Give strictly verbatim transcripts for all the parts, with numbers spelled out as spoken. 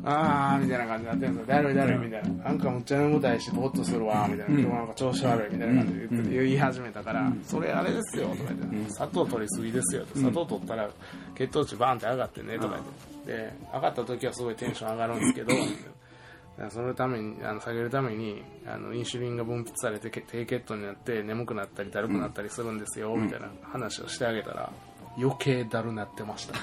あーみたいな感じになってるんですよ。だるいだるいみたいな、なんかむっちゃ眠たいしぼーっとするわみたいな、今日なんか調子悪いみたいな感じで言って、言い始めたから、それあれですよとか言って、砂糖取りすぎですよと、砂糖取ったら血糖値バーンって上がってねとか言って、で上がった時はすごいテンション上がるんですけどそのためにあの下げるためにあのインシュリンが分泌されて低血糖になって眠くなったりだるくなったりするんですよ、みたいな話をしてあげたら余計だるなってました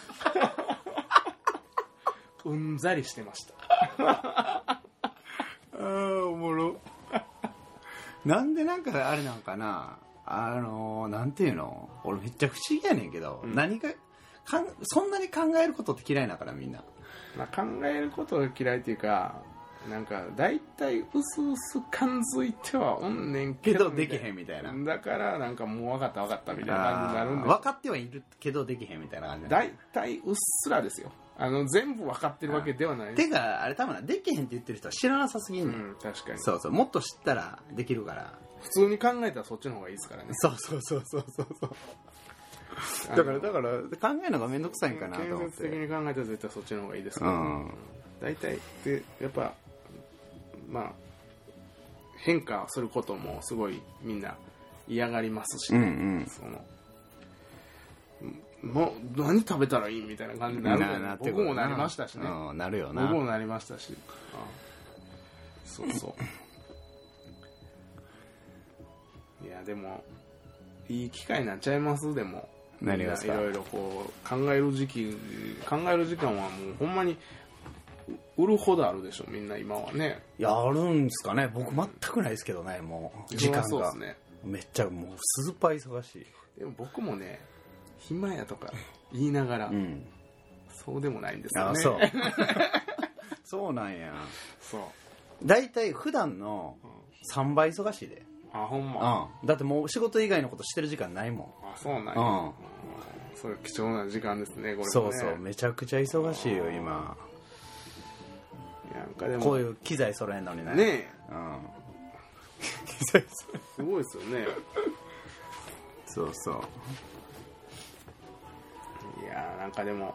うんざりしてましたあーおもろなんでなんかあれなんかな、あのー、なんていうの、俺めっちゃ不思議やねんけど、うん、何かかんそんなに考えることって嫌いだからみんな、 まあ、考えることが嫌いっていうか、なんか大体うすうす感づいてはおんねんけどできへんみたいな、 だからなんかもう分かった分かったみたいな感じになるんで、 分かってはいるけどできへんみたいな感じ、 大体うっすらですよ、あの全部分かってるわけではないです。 てかあれ多分できへんって言ってる人は知らなさすぎんねん、うん、 確かにそうそう、もっと知ったらできるから、 普通に考えたらそっちの方がいいですからね。 そうそうそうそうそうそうだからだから考えるのがめんどくさいんかなと思って、 建設的に考えたら絶対そっちの方がいいですから、ね、うん、大体でやっぱまあ変化することもすごいみんな嫌がりますし、ね、うんうん、そのもう何食べたらいいみたいな感じになるの、な僕もなりましたしね、 うん、なるよな、 僕もなりましたし、ああそうそういやでもいい機会になっちゃいます。でも何がですか、 いろいろこう考える時期考える時間はもうほんまに売るほどあるでしょみんな今はね。 いやあるんですかね、僕全くないですけどね、もう時間がそうですね、 めっちゃもうスーパー忙しい。 でも僕もね暇やとか言いながら、うん、そうでもないんですよね。あそうそうなんや。 そうだいたい普段のさんばい忙しいで。 あほんま、 うん、だってもう仕事以外のことしてる時間ないもん。 あそうなんや、うん、そういう貴重な時間ですねこれもね。 そうそう、めちゃくちゃ忙しいよ今。 なんかでもこういう機材揃えんのにね。 ねえ、 うん、 機材すごいですよねそうそう。 いやなんかでも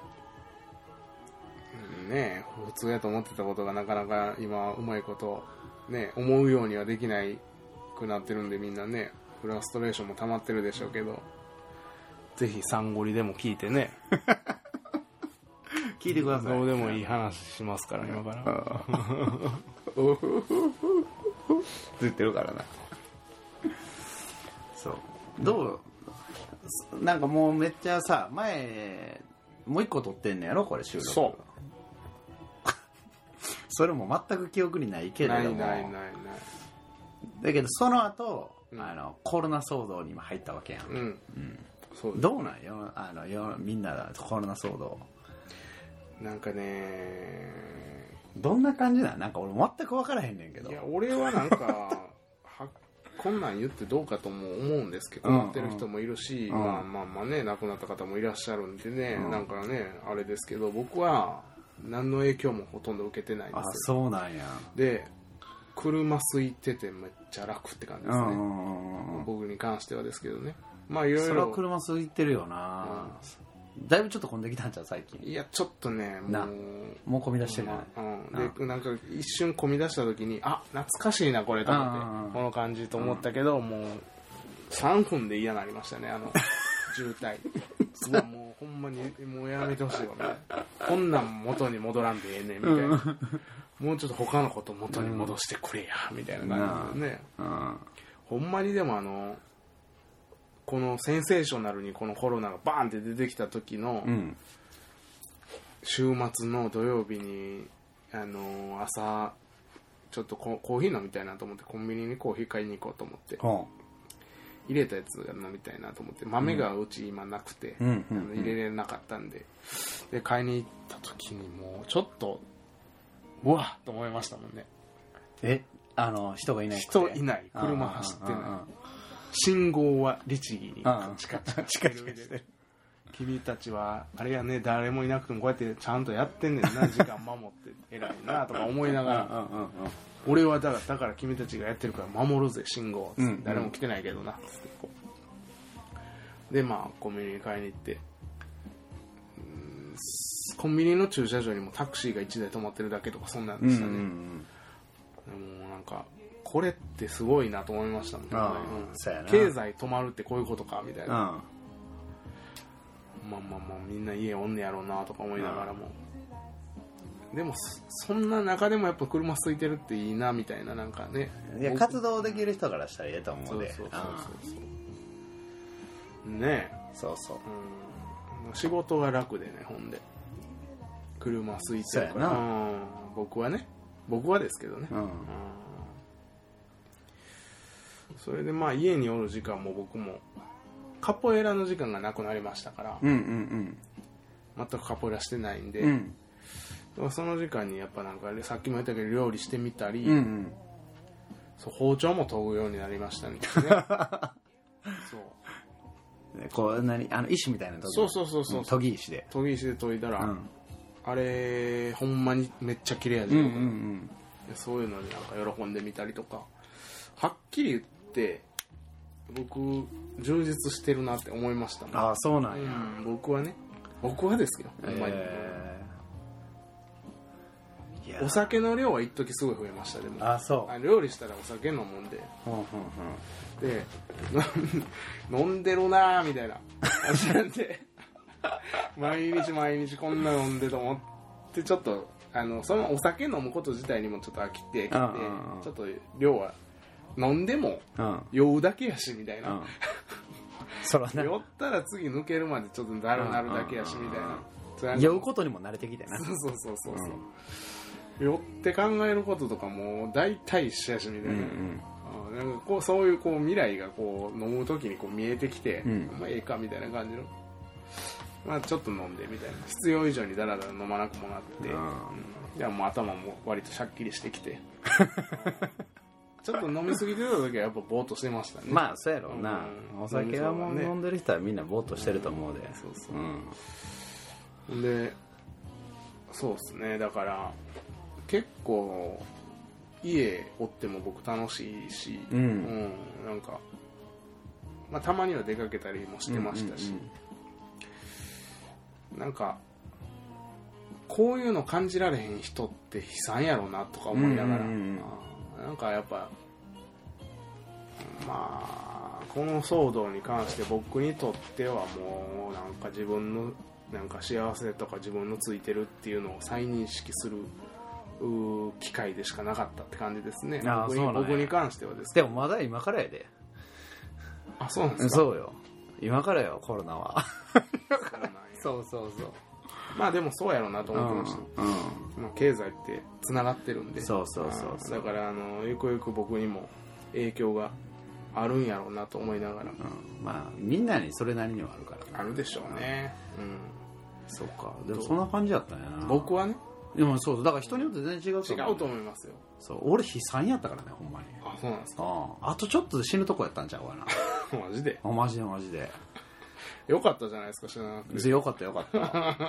ねえ普通やと思ってたことがなかなか今うまいことね思うようにはできないくなってるんで、みんなねフラストレーションも溜まってるでしょうけど、ぜひサンゴリでも聞いてね聞いてください。 どうでもいい話しますから今から言ってるからな。そうどうなんかもうめっちゃさ、前もう一個撮ってんねやろこれ収録。 そうそれも全く記憶にないけれども、 ないないないない。 だけどその後、うん、あのコロナ騒動にも入ったわけやん、うんうん、そうどうなんよあのよみんなコロナ騒動なんかねどんな感じなんなんか俺全く分からへんねんけど。 いや俺はなんかはこんなん言ってどうかとも思うんですけど、困ってる人もいるし、うんうん、まあまあまあね亡くなった方もいらっしゃるんでね、うん、なんかねあれですけど僕は何の影響もほとんど受けてないんですよ。あそうなんや。 で車空いててめっちゃ楽って感じですね、うん、僕に関してはですけどね。まあいろいろそれは車空いてるよな、うん、だいぶちょっと混んできたんちゃう最近。 いやちょっとねもうもう混み出してるよね、 うん、でなんか一瞬混み出した時にあ懐かしいなこれと思ってこの感じと思ったけど、うん、もうさんぷんで嫌になりましたねあの渋滞うわもうほんまにもうやめてほしいわみたいな、こんなん元に戻らんでええねんみたいな、うんもうちょっと他のこと元に戻してくれやみたいな感じでね、うん、ほんまにでもあのこのセンセーショナルにこのコロナがバーンって出てきた時の、うん、週末の土曜日にあの朝ちょっとコーヒー飲みたいなと思ってコンビニにコーヒー買いに行こうと思って、うん、入れたやつ飲みたいなと思って豆がうち今なくて、うん、あの入れれなかったんで、で買いに行った時にもうちょっとうわっと思いましたもんね。 えあの人がいない人いない車走ってない信号は律儀にカチカチカチカチして君たちはあれやね誰もいなくてもこうやってちゃんとやってんねんな時間守って偉いなとか思いながら俺はだからだから君たちがやってるから守るぜ信号つって、うん、誰も来てないけどなつってこうでまあコンビニに買いに行ってココンビニの駐車場にもタクシーがいちだい止まってるだけとかそんなんでしたね、うんうんうん、でもなんかこれってすごいなと思いましたもんね、うん、経済止まるってこういうことかみたいな、まあまあまあみんな家おんねやろうなとか思いながらも、でもそんな中でもやっぱ車空いてるっていいなみたいな、なんかね、 いや活動できる人からしたらええと思うで、 そうそうそうそうねえ、 そうそう、 うん、仕事が楽でね、ほんで車空いてるから、うん、僕はね僕はですけどね、うんうん、それでまあ家におる時間も僕もカポエラの時間がなくなりましたから、うんうんうん、全くカポエラしてないんで、うん、その時間にやっぱなんかさっきも言ったけど料理してみたり、うんうん、そう包丁も研ぐようになりましたねそうね、こう何あの石みたいなとこそうそうそうそう、 研ぎ石で研ぎ石で研いだら、うん、あれほんまにめっちゃ綺麗やで、うんうんうん、そういうのになんか喜んでみたりとか、はっきり言って僕充実してるなって思いましたもん。 ああそうなんや、 うん、僕はね僕はですよ、ほんまに、えー、お酒の量は一時すごい増えました。でもあそうあ料理したらお酒飲むんで、うんうんうん、で飲んでるなーみたいな感じなんで毎日毎日こんな飲んでと思ってちょっとあのそのお酒飲むこと自体にもちょっと飽きてきて、ちょっと量は飲んでも酔うだけやしみたいな、うん、そらね、酔ったら次抜けるまでちょっとだるなるだけやしみたいな、 酔うことにも慣れてきてな、 そうそうそうそう、うん、酔って考えることとかも大体一緒やしみたいな、うんうん、なんかこうそういうこう未来がこう飲む時にこう見えてきて、うん、まあええかみたいな感じの、まあちょっと飲んでみたいな、必要以上にダラダラ飲まなくもなって、うん、じゃあもう頭も割とシャッキリしてきてちょっと飲みすぎてた時はやっぱボーっとしてましたね。 まあそうやろうな、うん、お酒はもう飲んでる人はみんなボーっとしてると思うで、うん、そうそう、 うん、でそうですね、だから結構家おっても僕楽しいし、うんうん、なんか、まあ、たまには出かけたりもしてましたし、うんうんうん、なんかこういうの感じられへん人って悲惨やろうなとか思いながら、うんうんうんなんかやっぱまあこの騒動に関して僕にとってはもうなんか自分のなんか幸せとか自分のついてるっていうのを再認識する機会でしかなかったって感じですね。 ああ僕に、僕に関してはですけど。でもまだ今からやで。 あ、そうなんですか。 そうよ。今からよコロナは。そうそうそう。 まあでもそうやろうなと思ってました、うんうんまあ、経済ってつながってるんで、 そうそうそうそう、 だからあのゆくゆく僕にも影響があるんやろうなと思いながら、うん、 まあみんなにそれなりにはあるから、ね、 あるでしょうね、うん、 そうか。でもそんな感じだったんやな僕はね。 でもそうだから人によって全然違うと思う。違うと思いますよ。 そう俺悲惨やったからねほんまに。 あそうなんですか。 ああとちょっとで死ぬとこやったんちゃうかなマジで。 あマジでマジでよかったじゃないですか。知らなくてよかったよかった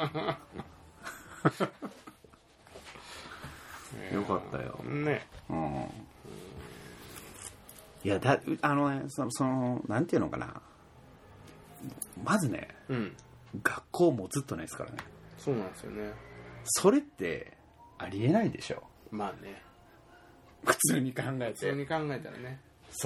よかったよね、うん、 いやだあのねその、そのなんていうのかな、まずね、うん、学校もずっとないですからね。 そうなんですよね。 それってありえないでしょ。 まあね普通に考えて普通に考えたらね。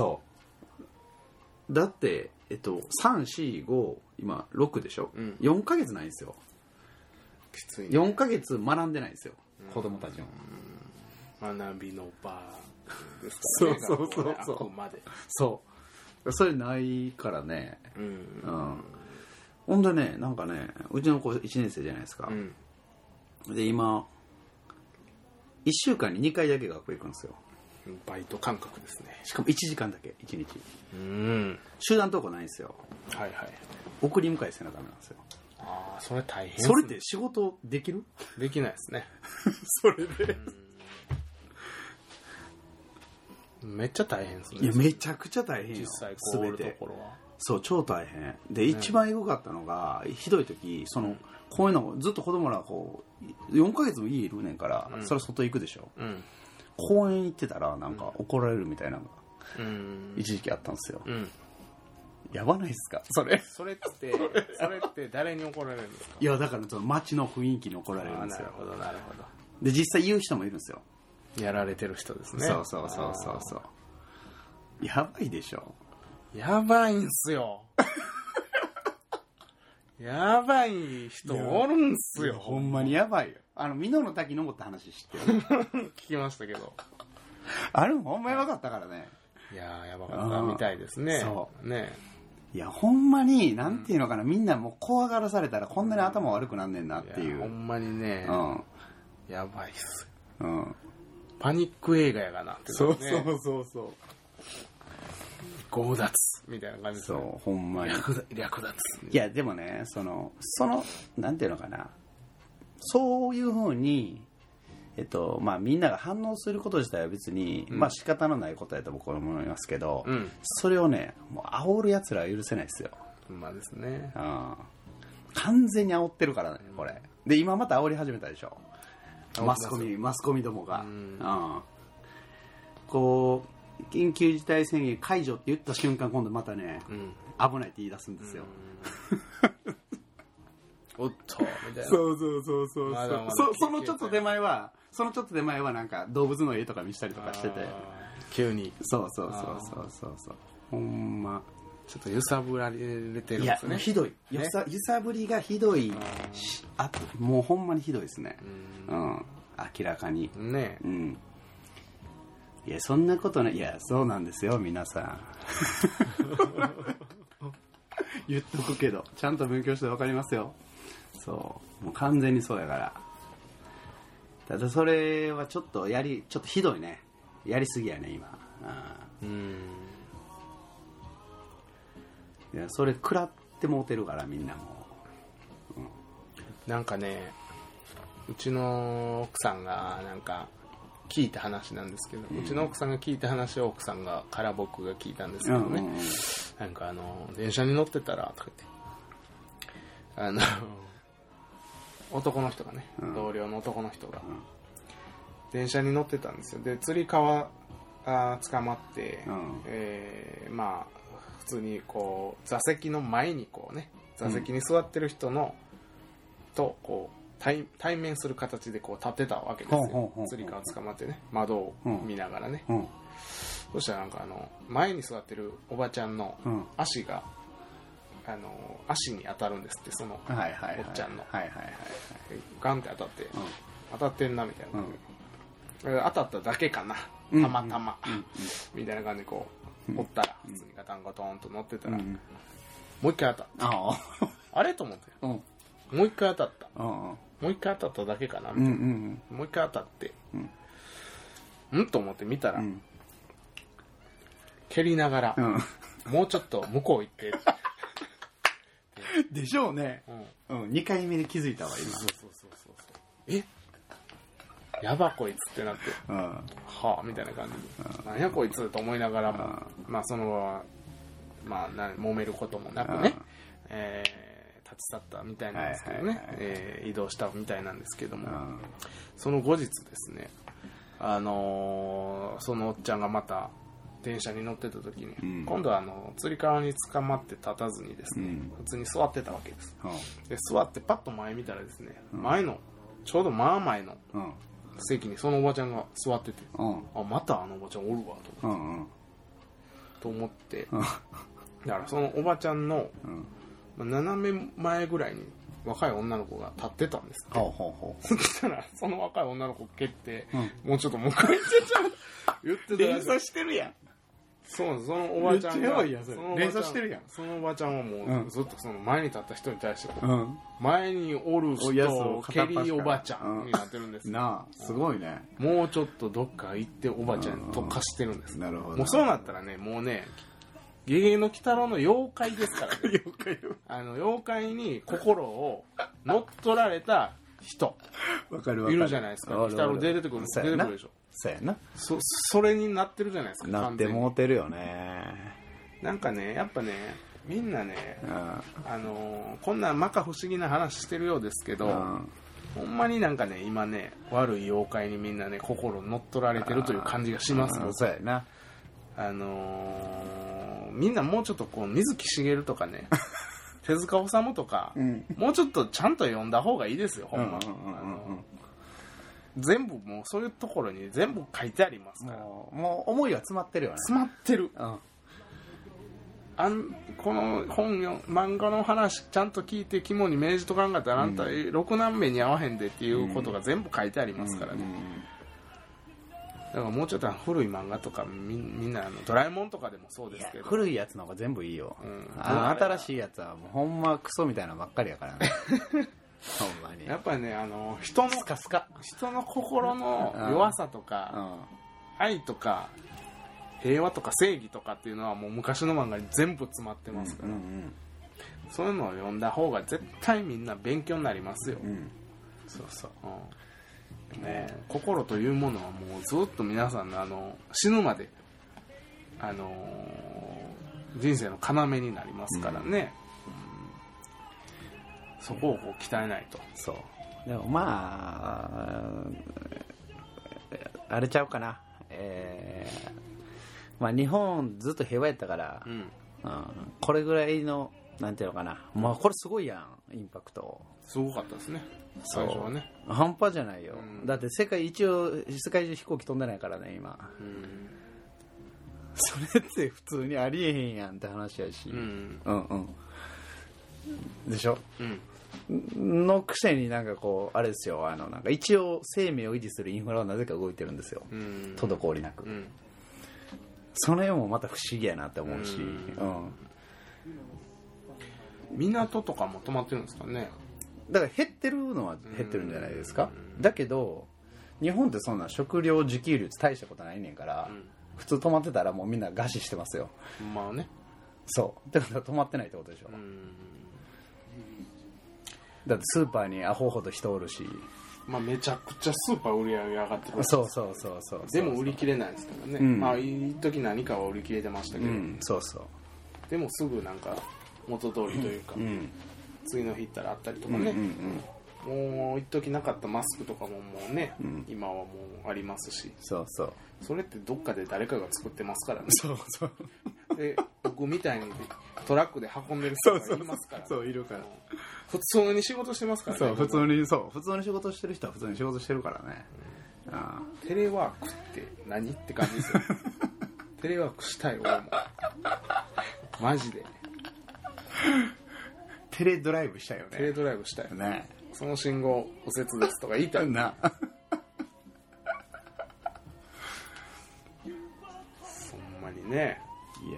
そうだってえっとさん、よん、ご今ろくでしょ、うん、よんかげつないんですよ。 きつい、ね、 よんかげつ学んでないんですよ、うん、子供たちも。 学びの場ですからね。 そうそうそうそう。 あくまでそうそれないからね。うん、うん、ほんでねなんかねうちの子いちねん生じゃないですか、うん、で今いっしゅうかんににかいだけ学校行くんですよ。 バイト感覚ですね。 しかもいちじかんだけいちにち。 うん、 集団登校ないんですよ。はいはい。送り迎えせなダメなんですよ。 ああそれ大変ですね。 それって仕事できる？ できないですねそれでめっちゃ大変ですね。 いやめちゃくちゃ大変よ。 実際こういうところはそう超大変で、一番エグかったのが、うん、ひどい時そのこういうのずっと子供らこうよんかげつも家いるねんから、うん、それ外行くでしょ、うん、公園行ってたらなんか怒られるみたいなのが、うん、一時期あったんですよ、うん、 やばないっすかそれ。 それってそれって誰に怒られるんですか？ いやだからその街の雰囲気に怒られるんですよ。 なるほどなるほど。 で実際言う人もいるんですよ。 やられてる人ですね。 そうそうそうそうそうやばいでしょ。 やばいんすよやばい人おるんすよ。 ほんまにやばいよ。あの美濃の滝登った話知ってる聞きましたけどあれもほんまやばかったからね。 いやーやばかったみたいですね。 そうね。 いやほんまになんていうのかな、みんなもう怖がらされたらこんなに頭悪くなんねんなっていう。 いやほんまにね、 うん、 やばいっす。 うん、 パニック映画やがなって、ね、 そうそうそうそう強奪みたいな感じですね。 そうほんまに略奪、略奪。 いやでもねそのそのなんていうのかな、そういう風にえっとまあみんなが反応すること自体は別に、うん、まあ仕方のないことやと僕は思いますけど、うん、それをねもう煽るやつらは許せないですよ。 まあですね。 うん、完全に煽ってるからねこれ。で今また煽り始めたでしょ。マスコミマスコミどもが、うん、うん、こう緊急事態宣言解除って言った瞬間今度またね、うん、危ないって言い出すんですよ。 おっとみたいな。 そうそうそうそう、まだまだ そ, そのちょっと手前はそのちょっと手前はなんか動物の絵とか見したりとかしてて急にそうそうそうそうそうそうほんまちょっと揺さぶられてるんですね。いやひどい、ね、揺さ、揺さぶりがひどい。あともうほんまにひどいですね。うん、うん、明らかにね。 うん。いやそんなことない。いやそうなんですよ皆さん言っとくけどちゃんと勉強して分かりますよ。そうもう完全にそうやから。ただそれはちょっとやりちょっとひどいね。やりすぎやね今。あうん。いやそれ食らってもうてるからみんなも、うん、 なんかねうちの奥さんがなんか聞いた話なんですけど、うん、うちの奥さんが聞いた話を奥さんがから僕が聞いたんですけどね、うんうんうん、なんかあの電車に乗ってたらとか言ってあの男の人がね、うん、同僚の男の人が、うん、電車に乗ってたんですよ。でつり革あ捕まって、うん、えー、まあ普通にこう座席の前にこうね座席に座ってる人の、うん、とこう 対, 対面する形でこう立ってたわけですよ。つり革捕まってね窓を見ながらね、うん、そしたらなんかあの前に座ってるおばちゃんの足が、うん、あの足に当たるんですってそのおっちゃんのガンって当たって、うん、当たってんなみたいな、うん、当たっただけかなたまたま、うんうん、みたいな感じでこうおったら普通にガタンガトンと乗ってたら、うん、もう一回当たった。 あ, あれと思って、うん、もう一回当たった、うん、もう一回当たっただけかなみたいな、うんうんうん、もう一回当たってうん、んと思って見たら、うん、蹴りながら、うん、もうちょっと向こう行ってでしょうね、うんうん、にかいめで気づいたわ今。そうそうそうそうえやばこいつってなって、うん、はあみたいな感じで、うん、なんやこいつと思いながらも、うん、まあその場はまあな揉めることもなくね、うん、えー、立ち去ったみたいなんですけどね、はいはいはい、えー、移動したみたいなんですけども、うん、その後日ですね、あのー、そのおっちゃんがまた電車に乗ってた時に、うん、今度はあのつり革に捕まって立たずにですね、うん、普通に座ってたわけです、うん、で座ってパッと前見たらですね、うん、前のちょうど真前の、うん席にそのおばちゃんが座ってて、うん、あまたあのおばちゃんおるわと思って、うんうん、と思って、うん、だからそのおばちゃんの、うんまあ、斜め前ぐらいに若い女の子が立ってたんですって、うん、そしたらその若い女の子蹴って、うん、もうちょっと向こう行ってちゃう言ってた連鎖してるやん。 そうなんです。そのおばちゃんが連鎖してるやん。 そのおばちゃんはもうずっとその前に立った人に対してこう、うん、前におる人蹴りおばちゃんになってるんです、 うん、なあすごいね。 もうちょっとどっか行っておばちゃんにとかしてるんです、うん、なるほど。もうそうなったらねもうねゲゲゲの鬼太郎の妖怪ですからね妖怪あの妖怪に心を乗っ取られた人わかるわかるいるじゃないですか。鬼太郎出てくる出てくるでしょ。 そうやな。 そそれになってるじゃないですか。 なってもうてるよね。 なんかねやっぱねみんなね、うん、あのー、こんな摩訶不思議な話してるようですけど、うん、ほんまになんかね今ね悪い妖怪にみんなね心乗っ取られてるという感じがします。 そうやな。 あのー、 みんなもうちょっとこう水木しげるとかね手塚治虫とか、うん、もうちょっとちゃんと読んだ方がいいですよほんま、全部もうそういうところに全部書いてありますから、 もう、もう思いは詰まってるよね。 詰まってる、うん、あんこの本よ漫画の話ちゃんと聞いて肝に銘じと考えたら、あんたろくなんめに合わへんでっていうことが全部書いてありますからね、うんうんうん、だからもうちょっと古い漫画とか み, みんなあのドラえもんとかでもそうですけど、 古いやつの方が全部いいよ、うん、あの新しいやつはもうほんまクソみたいなのばっかりやからねほんまにやっぱりね、あの人のスカスカ人の心の弱さとか、うんうん、愛とか平和とか正義とかっていうのはもう昔の漫画に全部詰まってますから、うんうんうん、そういうのを読んだ方が絶対みんな勉強になりますよ、うん、そうそう、うんね、心というものはもうずっと皆さんのあの死ぬまで、あのー、人生の要になりますからね、うんうん、そこをこう鍛えないと。 そうでもまああれちゃうかな、えーまあ、日本ずっと平和やったから、うんうん、これぐらいのなんていうのかな、まあ、これすごいやん、インパクトすごかったですね最初はね。 半端じゃないよ、うん、だって世界一応世界中飛行機飛んでないからね今、うん、それって普通にありえへんやんって話やし、うん、うんうんでしょ、うん、のくせになんかこうあれですよ、あのなんか一応生命を維持するインフラはなぜか動いてるんですよ、うん、滞りなく、うん、その辺もまた不思議やなって思うし、うんうん、港とかも止まってるんですかね。 だから減ってるのは減ってるんじゃないですか。だけど日本ってそんな食料自給率大したことないねんから、うん、普通止まってたらもうみんな餓死してますよ。 まあね。 そうってことは止まってないってことでしょ。うん、だってスーパーにアホほど人おるし、 まあめちゃくちゃスーパー売り上げ上がってる。 そうそうそうそう。 でも売り切れないですからね、うん、まあ一時何かは売り切れてましたけど、うん、 そうそう。 でもすぐなんか元通りというか、うん、次の日行ったらあったりとかね、うんうんうん、もう一時なかったマスクとかももうね、うん、今はもうありますし、 そうそう、 それってどっかで誰かが作ってますからね。 そうそうで僕みたいにトラックで運んでる人がいますから、ね、 そうそうそう、いるから普通に仕事してますからね。 そう普通にそう普通に仕事してる人は普通に仕事してるからね、 うん、あテレワークって何って感じですよテレワークしたい俺もマジでテレドライブしたよね。 テレドライブしたよね。その信号右折ですとか言いたいなそんまにね。 いや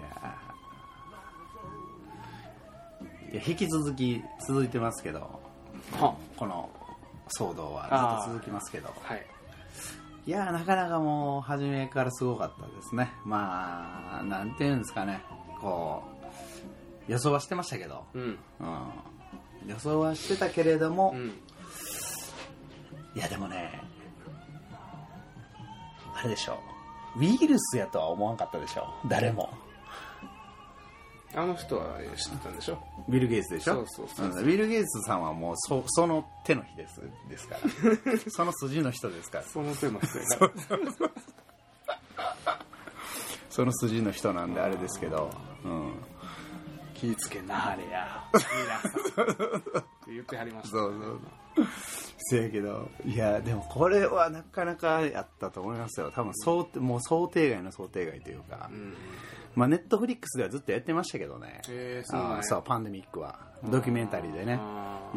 いや引き続き続いてますけど、はこの騒動はずっと続きますけど、はい、いやなかなかもう初めからすごかったですね。まあなんていうんですかね、こう予想はしてましたけど、うんうん、予想はしてたけれども、うん、いやでもねあれでしょ、ウイルスやとは思わんかったでしょ誰も。 あの人は知ってたんでしょ、 ビル・ゲイツでしょ。 そうそうそうそう、 ビル・ゲイツさんはもう そ, その手の日ですですからその筋の人ですから。 その手の人やからその筋の人なんであれですけど、うん、 気ぃつけなはれやって言ってはりました、ね、そうそうせやけど、いやでもこれはなかなかやったと思いますよ。多分想もう想定外の想定外というか、うん、まあネットフリックスではずっとやってましたけどね。 えー、そうなんや。 あそうパンデミックはドキュメンタリーでね。うん。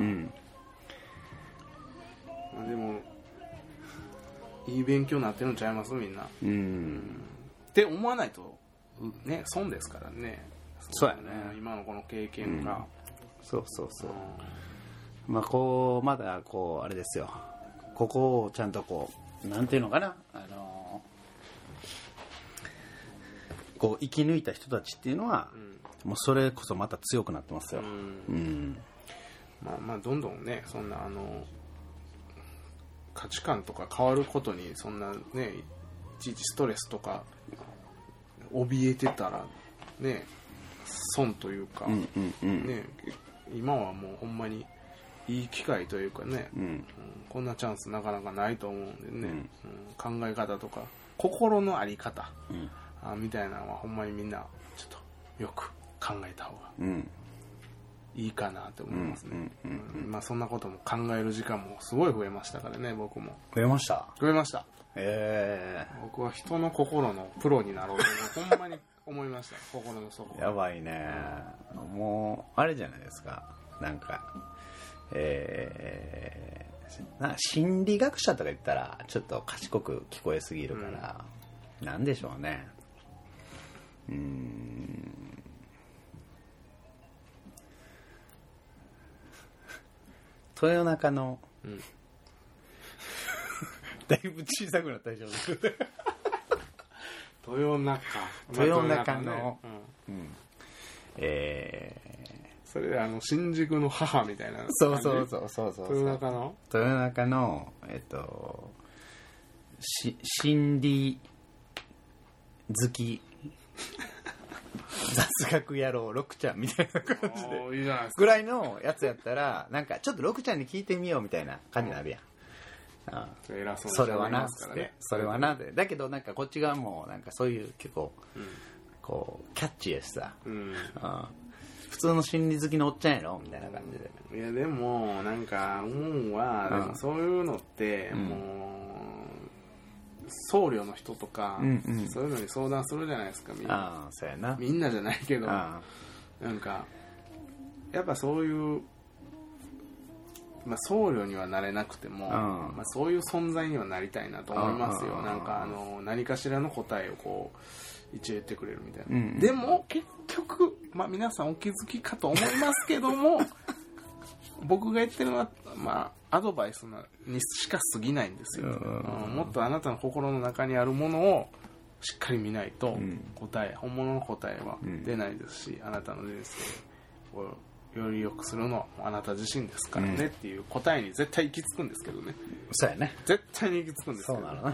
でもいい勉強になってるんちゃいますみんな。うん。うん、って思わないとね損ですからね。 そうやね。 今のこの経験が、うん、 そうそうそう。うん、まあこうまだこうあれですよ。ここをちゃんとこうなんていうのかな、あのー、こう生き抜いた人たちっていうのは、うん、もうそれこそまた強くなってますよ。うん。うん、 まあまあどんどんねそんなあの価値観とか変わることにそんなねいちいちストレスとか怯えてたらね損というか、うんうんうん、ね今はもうほんまにいい機会というかね、うんうん、こんなチャンスなかなかないと思うんでね、うんうん、考え方とか心の在り方、うん、あみたいなのはほんまにみんなちょっとよく考えた方がうんいいかなって思いますね、 うんうんうんうん、 まあそんなことも考える時間もすごい増えましたからね。僕も増えました。 増えました。 ええー、 僕は人の心のプロになろうとほんまに思いました。心の底。 やばいね。もうあれじゃないですか、なんかえー、な心理学者とか言ったらちょっと賢く聞こえすぎるから、うん、なんでしょうね。うーん、豊中の、うん、だいぶ小さくなったでしょ豊中豊中の、うんうん、えー、それであの新宿の母みたいな感じ。 そうそうそうそうそう豊中の豊中のえっとし心理好き雑学野郎ロクちゃんみたいな感じでいいじゃないですかぐらいのやつやったらなんかちょっとロクちゃんに聞いてみようみたいな感じになるやん。ああ偉そうにそれはなっ喋りますからねつってそれはなってだけどなんかこっち側もなんかそういう結構、うん、こうキャッチーやしさ、うん、ああ普通の心理好きのおっちゃんやろみたいな感じで。 いやでもなんか思うは、うん、でもそういうのって、うん、もう僧侶の人とか、うんうん、そういうのに相談するじゃないですかみんな。 ああそうやな。 みんなじゃないけどなんかやっぱそういうまあ、僧侶にはなれなくても、うんまあ、そういう存在にはなりたいなと思いますよ。なんかあの何かしらの答えをこう一応言ってくれるみたいな、うん、でも結局、まあ、皆さんお気づきかと思いますけども僕が言ってるのは、まあ、アドバイスにしか過ぎないんですよ、うん、もっとあなたの心の中にあるものをしっかり見ないと答え、うん、本物の答えは出ないですし、うん、あなたの人生をより良くするのはあなた自身ですからね、うん、っていう答えに絶対行き着くんですけどね。 そうやね。 絶対に行き着くんですけど。 そうなのね、うん、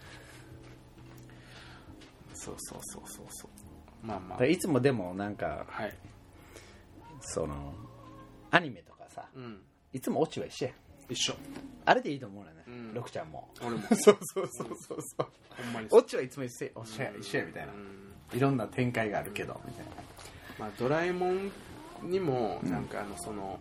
そうそうそうそうそうまあまあいつもでもなんか、はい、そのアニメとかさ、うん、いつもオチは一緒や。 一緒。 あれでいいと思うのね、うん、ロクちゃんも俺もそうそうそうそうそうほんまにオチはいつも一緒や、うん、一緒やみたいな、うん、いろんな展開があるけど、うん、みたいな。 まあドラえもんにもなんかあのその、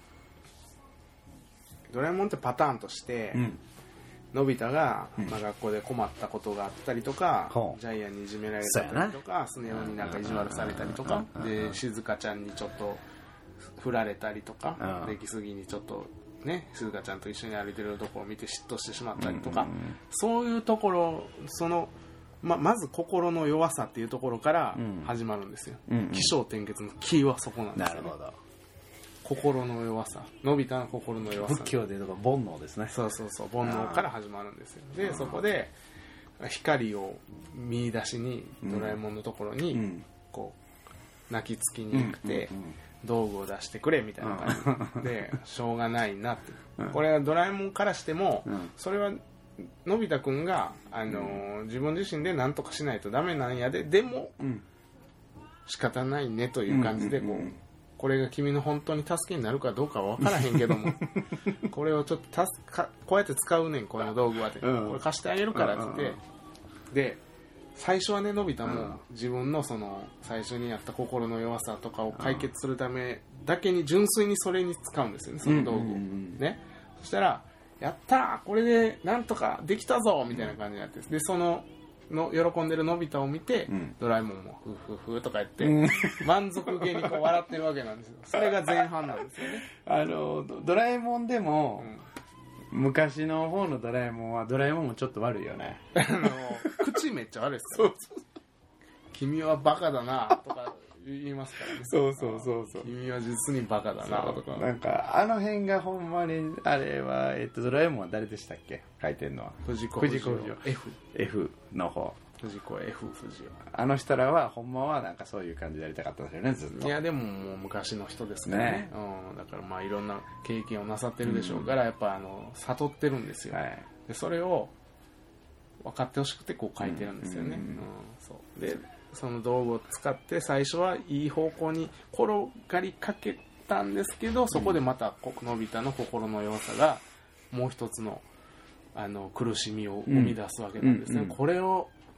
うん、ドラえもんってパターンとして、うん、のび太が、うんまあ、学校で困ったことがあったりとか、うん、ジャイアンにいじめられたりとかスネ夫になんか意地悪されたりとか、うん、で静香ちゃんにちょっと振られたりとか、うん、出来すぎにちょっとね静香ちゃんと一緒に歩いてるところを見て嫉妬してしまったりとか、うんうんうん、そういうところそのま, まず心の弱さっていうところから始まるんですよ、うんうん、起承転結のキーはそこなんですよ、ね、 なるほど。 心の弱さ、のび太の心の弱さ、 仏教でいうと煩悩ですね。 そうそうそう煩悩から始まるんですよ。でそこで光を見出しにドラえもんのところにこう泣きつきに行って道具を出してくれみたいな感じでしょうがないなって、これはドラえもんからしてもそれはのび太くんが、あのーうん、自分自身で何とかしないとダメなんやででも、うん、仕方ないねという感じでこう、うんうんうん、これが君の本当に助けになるかどうかは分からへんけどもこれをちょっと助かこうやって使うねんこの道具はって、うん、これ貸してあげるからって言って、うん、で最初はねのび太も自分のその最初にやった心の弱さとかを解決するためだけに純粋にそれに使うんですよねその道具を、うんうんうん、ねそしたらやったーこれでなんとかできたぞみたいな感じになってでそのの喜んでるのび太を見て、うん、ドラえもんもフフフとか言って、うん、満足げにこう笑ってるわけなんですよ。それが前半なんですよね。 あのドラえもんでも、うん、昔の方のドラえもんはドラえもんもちょっと悪いよね。 あの口めっちゃ悪いですよ。そうそう君はバカだなとか言いますからね。 そうそうそうそう。 君は実にバカだなとか。 なんかあの辺がほんまにあれはえっとドラえもんは誰でしたっけ書いてるのは。 藤子不二雄。 F F の方。 藤子 F 不二雄。 あの人らはほんまはなんかそういう感じでやりたかったんですよねずっと。 いやでももう昔の人ですからね。ねうん、だからまあいろんな経験をなさってるでしょうから、うん、やっぱあの悟ってるんですよ。はい、でそれを分かってほしくてこう書いてるんですよね。うんうんうん、そうで。その道具を使って最初はいい方向に転がりかけたんですけどそこでまたのび太の心の弱さがもう一つの、あの苦しみを生み出すわけなんですね、うんうんうん、これを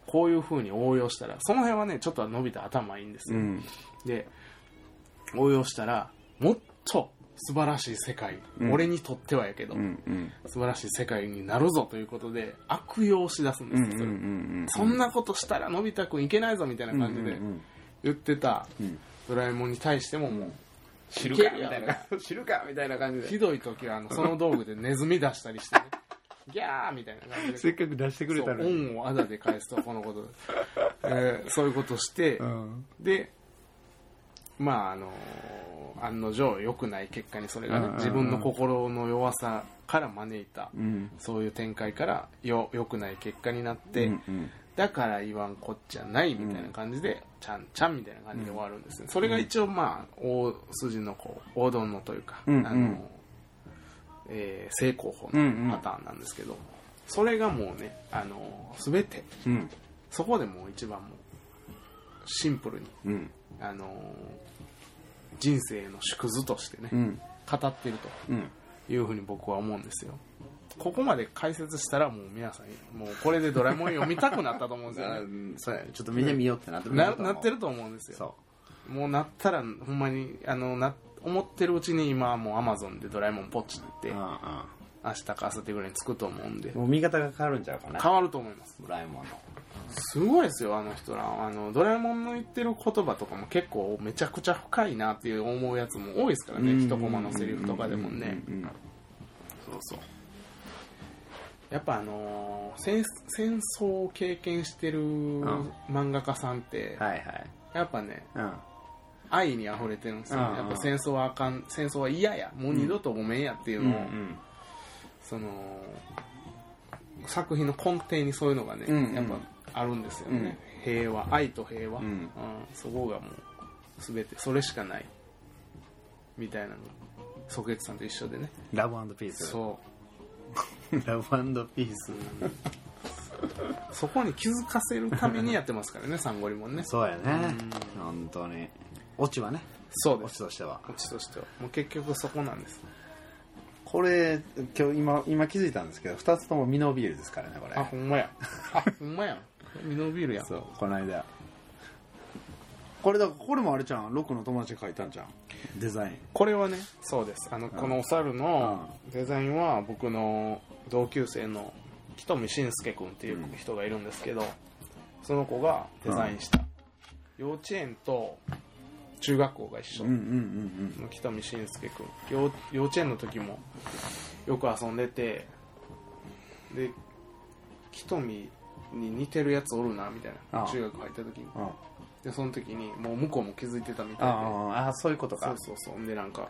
こういう風に応用したら、その辺はねちょっとのび太頭いいんですよ、うん、で応用したらもっと素晴らしい世界、うん、俺にとってはやけど、うんうん、素晴らしい世界になるぞということで悪用しだすんですよ、それ、うんうんうんうん、そんなことしたらのび太くんいけないぞみたいな感じで言ってたドラえもんに対してももう知るかみたいな知るかみたいな感じで、 ひどい時はあのその道具でネズミ出したりしてねギャーみたいな感じでせっかく出してくれたのに恩をあだで返すとこのことで、えー、そういうことして、うん、でまああの案の定良くない結果にそれがね、うん、自分の心の弱さから招いた、うん、そういう展開からよ良くない結果になって、うんうん、だから言わんこっちゃないみたいな感じで、うん、ちゃんちゃんみたいな感じで終わるんですね、うん、それが一応まあ大筋のこう王道のというか、うんうん、あのえー、正攻法のパターンなんですけど、うんうん、それがもうねあの全て、うん、そこでもう一番もうシンプルに、うん、あの人生の縮図としてね、うん、語っているというふうに僕は思うんですよ。ここまで解説したらもう皆さんもうこれでドラえもん読みたくなったと思うんですよねそうやちょっとみんな見ようってなってるな、なってると思うんですよ。そうもうなったらほんまにあのな思ってるうちに今はもうアマゾンでドラえもんポチってああ明日か明後日ぐらいに着くと思うんで、 もう見方が変わるんちゃうかな。 変わると思います。 ドラえもんのすごいですよあの人ら。あのドラえもんの言ってる言葉とかも結構めちゃくちゃ深いなっていう思うやつも多いですからね、一コマのセリフとかでもね。そうそうやっぱあのー、戦, 戦争を経験してる漫画家さんって、うんはいはい、やっぱね、うん愛に溢れてるんですよ、ね、やっぱ戦争はあかん、戦争は嫌や、もう二度とごめんやっていうのを、うん、その作品の根底にそういうのがね、うんうん、やっぱあるんですよね、うん、平和、愛と平和、うんうん、そこがもう全てそれしかないみたいなのソケツさんと一緒でね、 ラブ&ピース。そうラブ&ピースそこに気づかせるためにやってますからねサンゴリもね。 そうやね、うん、本当にオチはね。 そうです。 オチとしてはオチとしてはもう結局そこなんです。 これ今日 今, 今気づいたんですけどふたつともミノビールですからねこれ。 あほんまやあほんまやミノビールやん。 そうこの間これだこれもあれちゃんロックの友達が書いたんじゃんデザイン。 これはねそうです。あの、うん、このお猿のデザインは僕の同級生の北見信介君っていう人がいるんですけど、うん、その子がデザインした、うん、幼稚園と中学校が一緒、うんうんうんうん、北見信介君 幼, 幼稚園の時もよく遊んでてで北見に似てるやつおるなみたいな中学入った時にでその時にもう向こうも気づいてたみたいでああそういうことか。 そうそうそうでなんか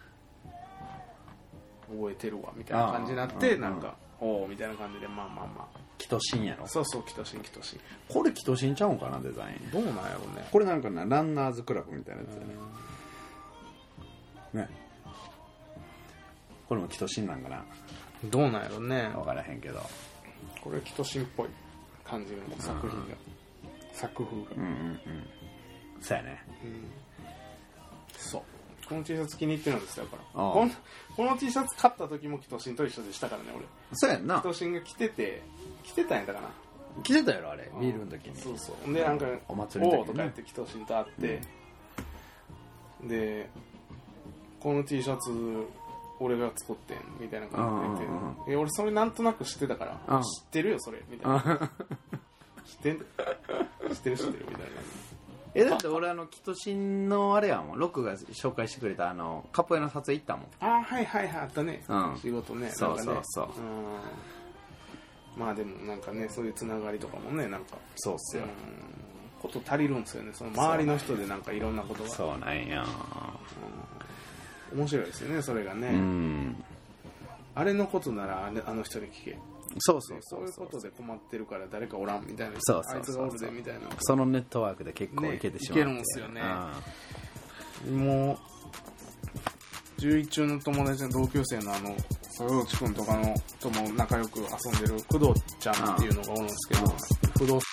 覚えてるわみたいな感じになってなんかおーみたいな感じでまあまあまあキトシンやろ。 そうそうキトシンキトシン。 これキトシンちゃうんかなデザイン。 どうなんやろうね。 これなんかなランナーズクラブみたいなやつやね。ねこれもキトシンなんかな。 どうなんやろうね。 分からへんけどこれキトシンっぽい感じの作品が、うん、作風がうんうんうんそうやね、うん、 そうこの T シャツ気に入ってるんですよだからこの、この T シャツ買った時もキトシンと一緒でしたからね俺。 そうやんな。 キトシンが着てて着てたんやったかな。 着てたやろあれビールの時に。 そうそうでなんかお祭りの時に、ね、 おーとか言ってキトシンと会って、うん、でこの T シャツ俺が作ってんみたいな感じで言って、俺それなんとなく知ってたから、知ってるよそれみたいな知ってん知ってる知ってるみたいな。 えだって俺あのキトシンのあれやもんロックが紹介してくれたあのカポエの撮影行ったもん。 ああはいはいはいあったね、うん、仕事ね。 そうそうそう、 うん、まあでもなんかねそういうつながりとかもねなんかそうっすよ、うん、 こと足りるんですよねその周りの人でなんかいろんなことが。 そうなんや、 うん、面白いですよねそれがね、うん、あれのことなら あ, れあの人に聞け。 そうそうそうそういうことで困ってるから誰かおらんみたいな。 そうそうそうそうあいつがおるでみたいな。 そのネットワークで結構いけてしまう、ね、 いけるんですよね。もうじゅういち中の友達の同級生のあの佐々木君とかのとも仲良く遊んでる工藤ちゃんっていうのがおるんですけど、工藤